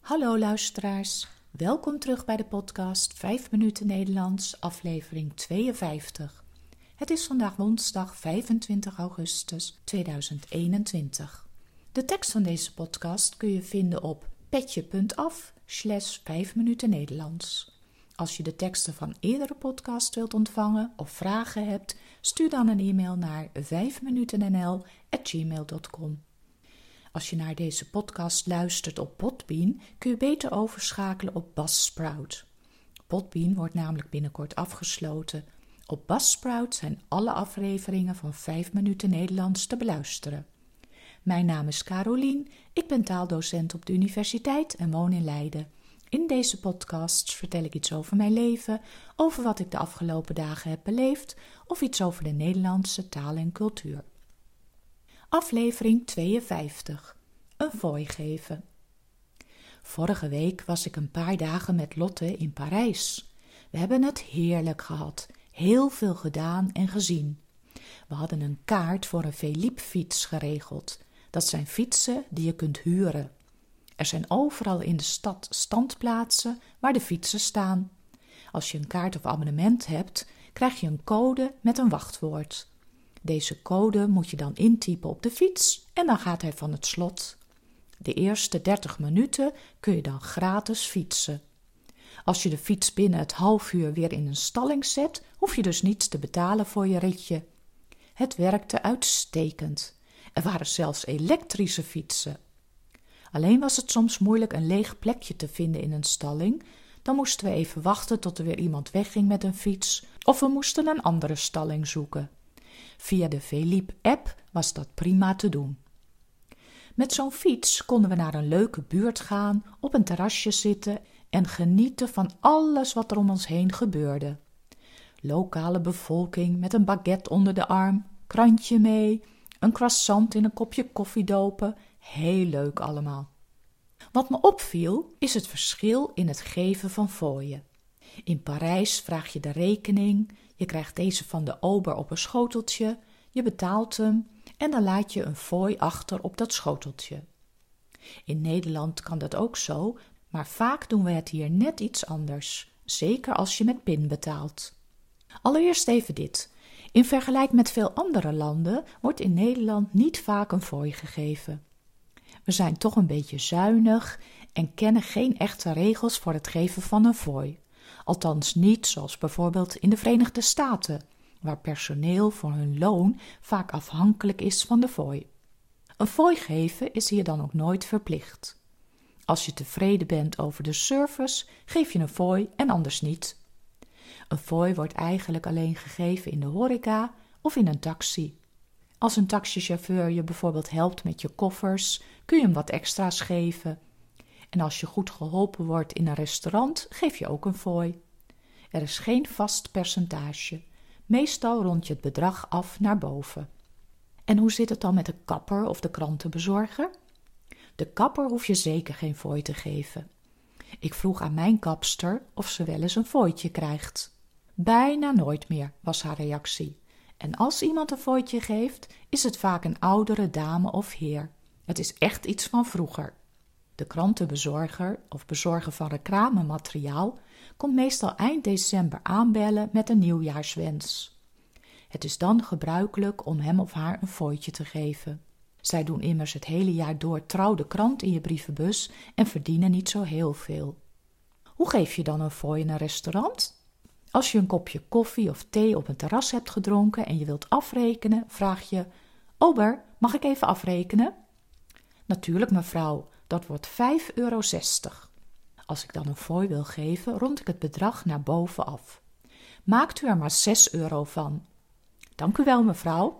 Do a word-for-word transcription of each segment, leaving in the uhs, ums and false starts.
Hallo luisteraars, welkom terug bij de podcast vijf minuten Nederlands, aflevering tweeënvijftig. Het is vandaag woensdag vijfentwintig augustus tweeduizend eenentwintig. De tekst van deze podcast kun je vinden op petje.af slash vijf minuten Nederlands. Als je de teksten van eerdere podcasts wilt ontvangen of vragen hebt, stuur dan een e-mail naar vijf minuten n l at gmail dot com. Als je naar deze podcast luistert op Podbean, kun je beter overschakelen op Buzzsprout. Podbean wordt namelijk binnenkort afgesloten. Op Buzzsprout zijn alle afleveringen van vijf minuten Nederlands te beluisteren. Mijn naam is Carolien, ik ben taaldocent op de universiteit en woon in Leiden. In deze podcasts vertel ik iets over mijn leven, over wat ik de afgelopen dagen heb beleefd of iets over de Nederlandse taal en cultuur. Aflevering tweeënvijftig. Een fooi geven. Vorige week was ik een paar dagen met Lotte in Parijs. We hebben het heerlijk gehad, heel veel gedaan en gezien. We hadden een kaart voor een Philippe-fiets geregeld. Dat zijn fietsen die je kunt huren. Er zijn overal in de stad standplaatsen waar de fietsen staan. Als je een kaart of abonnement hebt, krijg je een code met een wachtwoord. Deze code moet je dan intypen op de fiets en dan gaat hij van het slot. De eerste dertig minuten kun je dan gratis fietsen. Als je de fiets binnen het half uur weer in een stalling zet, hoef je dus niets te betalen voor je ritje. Het werkte uitstekend. Er waren zelfs elektrische fietsen. Alleen was het soms moeilijk een leeg plekje te vinden in een stalling. Dan moesten we even wachten tot er weer iemand wegging met een fiets, of we moesten een andere stalling zoeken. Via de Philippe-app was dat prima te doen. Met zo'n fiets konden we naar een leuke buurt gaan, op een terrasje zitten en genieten van alles wat er om ons heen gebeurde. Lokale bevolking met een baguette onder de arm, krantje mee, een croissant in een kopje koffie dopen, heel leuk allemaal. Wat me opviel is het verschil in het geven van fooien. In Parijs vraag je de rekening, je krijgt deze van de ober op een schoteltje, je betaalt hem en dan laat je een fooi achter op dat schoteltje. In Nederland kan dat ook zo, maar vaak doen we het hier net iets anders, zeker als je met pin betaalt. Allereerst even dit. In vergelijking met veel andere landen wordt in Nederland niet vaak een fooi gegeven. We zijn toch een beetje zuinig en kennen geen echte regels voor het geven van een fooi. Althans niet zoals bijvoorbeeld in de Verenigde Staten, waar personeel voor hun loon vaak afhankelijk is van de fooi. Een fooi geven is hier dan ook nooit verplicht. Als je tevreden bent over de service, geef je een fooi en anders niet. Een fooi wordt eigenlijk alleen gegeven in de horeca of in een taxi. Als een taxichauffeur je bijvoorbeeld helpt met je koffers, kun je hem wat extra's geven. En als je goed geholpen wordt in een restaurant, geef je ook een fooi. Er is geen vast percentage. Meestal rond je het bedrag af naar boven. En hoe zit het dan met de kapper of de krantenbezorger? De kapper hoef je zeker geen fooi te geven. Ik vroeg aan mijn kapster of ze wel eens een fooitje krijgt. Bijna nooit meer, was haar reactie. En als iemand een fooitje geeft, is het vaak een oudere dame of heer. Het is echt iets van vroeger. De krantenbezorger of bezorger van reclamemateriaal komt meestal eind december aanbellen met een nieuwjaarswens. Het is dan gebruikelijk om hem of haar een fooitje te geven. Zij doen immers het hele jaar door trouw de krant in je brievenbus en verdienen niet zo heel veel. Hoe geef je dan een fooi in een restaurant? Als je een kopje koffie of thee op een terras hebt gedronken en je wilt afrekenen, vraag je: Ober, mag ik even afrekenen? Natuurlijk mevrouw, dat wordt vijf euro zestig. Als ik dan een fooi wil geven, rond ik het bedrag naar boven af. Maakt u er maar zes euro van. Dank u wel mevrouw.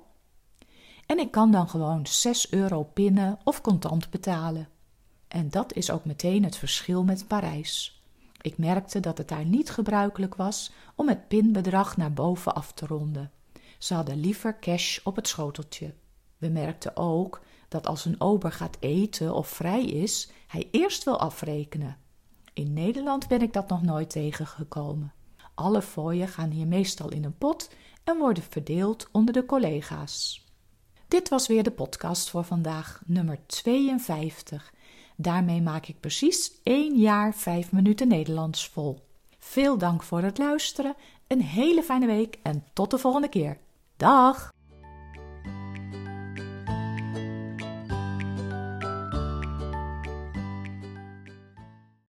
En ik kan dan gewoon zes euro pinnen of contant betalen. En dat is ook meteen het verschil met Parijs. Ik merkte dat het daar niet gebruikelijk was om het pinbedrag naar boven af te ronden. Ze hadden liever cash op het schoteltje. We merkten ook dat als een ober gaat eten of vrij is, hij eerst wil afrekenen. In Nederland ben ik dat nog nooit tegengekomen. Alle fooien gaan hier meestal in een pot en worden verdeeld onder de collega's. Dit was weer de podcast voor vandaag, nummer tweeënvijftig. Daarmee maak ik precies één jaar vijf minuten Nederlands vol. Veel dank voor het luisteren, een hele fijne week en tot de volgende keer. Dag!